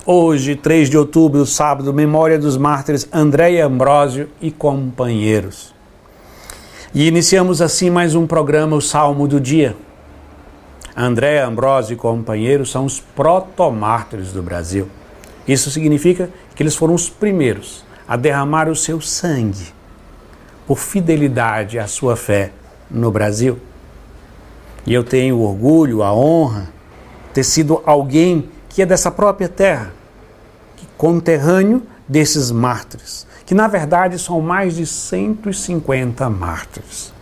Hoje, 3 de outubro, sábado, memória dos mártires André Ambrósio e companheiros. E iniciamos assim mais um programa, o Salmo do Dia. André Ambrósio e companheiros são os protomártires do Brasil. Isso significa que eles foram os primeiros a derramar o seu sangue por fidelidade à sua fé no Brasil. E eu tenho o orgulho, a honra de ter sido alguém que é dessa própria terra, conterrâneo desses mártires, que na verdade são mais de 150 mártires.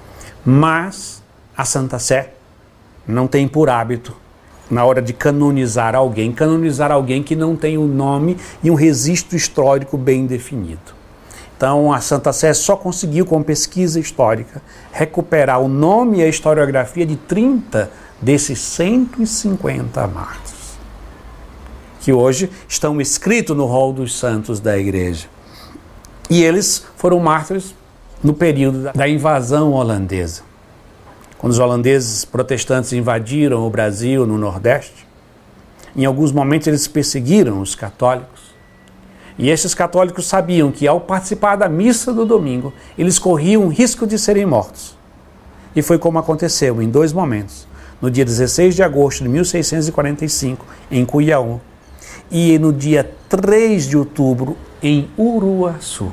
Mas a Santa Sé não tem por hábito, na hora de canonizar alguém que não tem um nome e um registro histórico bem definido. Então a Santa Sé só conseguiu, com pesquisa histórica, recuperar o nome e a historiografia de 30 desses 150 mártires, que hoje estão escritos no rol dos santos da Igreja. E eles foram mártires no período da invasão holandesa. Quando os holandeses protestantes invadiram o Brasil no Nordeste, em alguns momentos eles perseguiram os católicos. E esses católicos sabiam que ao participar da missa do domingo, eles corriam o risco de serem mortos. E foi como aconteceu em 2 momentos. No dia 16 de agosto de 1645, em Cuiabá, e no dia 3 de outubro, em Uruaçu,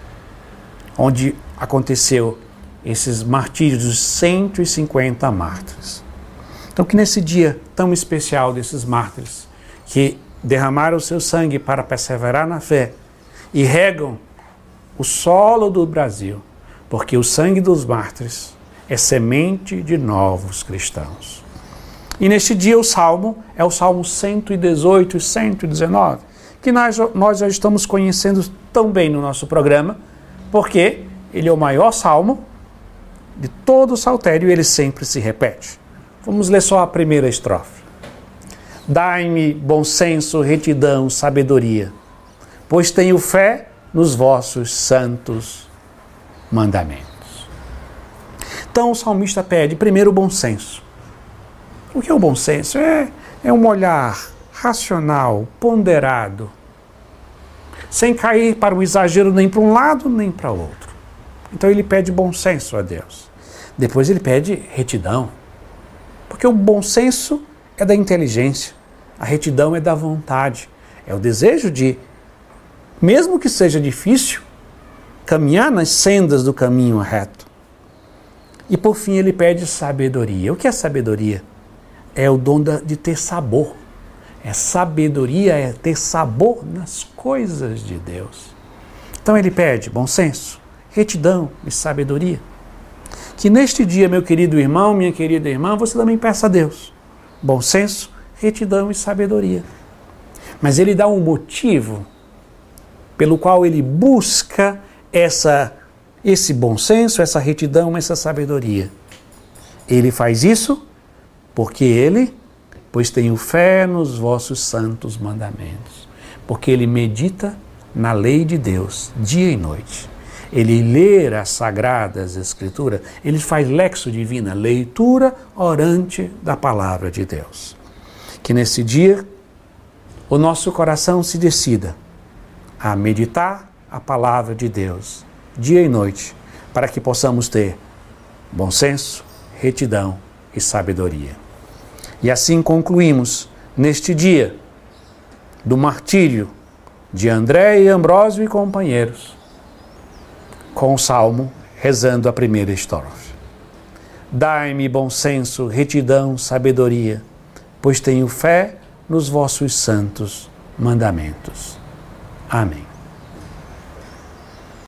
onde aconteceu esses martírios dos 150 mártires. Então que nesse dia tão especial desses mártires, que derramaram o seu sangue para perseverar na fé e regam o solo do Brasil, porque o sangue dos mártires é semente de novos cristãos. E neste dia o Salmo é o Salmo 118 e 119, que nós já estamos conhecendo tão bem no nosso programa, porque ele é o maior Salmo de todo o Saltério e ele sempre se repete. Vamos ler só a primeira estrofe. Dai-me bom senso, retidão, sabedoria, pois tenho fé nos vossos santos mandamentos. Então o salmista pede primeiro o bom senso. O que é o bom senso? É um olhar racional, ponderado, sem cair para o exagero nem para um lado nem para o outro. Então ele pede bom senso a Deus. Depois ele pede retidão, porque o bom senso é da inteligência, a retidão é da vontade, é o desejo de, mesmo que seja difícil, caminhar nas sendas do caminho reto. E por fim ele pede sabedoria. O que é sabedoria? É o dom de ter sabor. Sabedoria é ter sabor nas coisas de Deus. Então ele pede bom senso, retidão e sabedoria. Que neste dia, meu querido irmão, minha querida irmã, você também peça a Deus bom senso, retidão e sabedoria. Mas ele dá um motivo pelo qual ele busca esse bom senso, essa retidão, essa sabedoria. Ele faz isso porque pois tenho fé nos vossos santos mandamentos. Porque ele medita na lei de Deus, dia e noite. Ele lê as sagradas escrituras, ele faz lexo divina, leitura orante da palavra de Deus. Que nesse dia o nosso coração se decida a meditar a palavra de Deus, dia e noite, para que possamos ter bom senso, retidão e sabedoria. E assim concluímos neste dia do martírio de André e Ambrósio e companheiros, com o Salmo, rezando a primeira estrofe. Dai-me bom senso, retidão, sabedoria, pois tenho fé nos vossos santos mandamentos. Amém.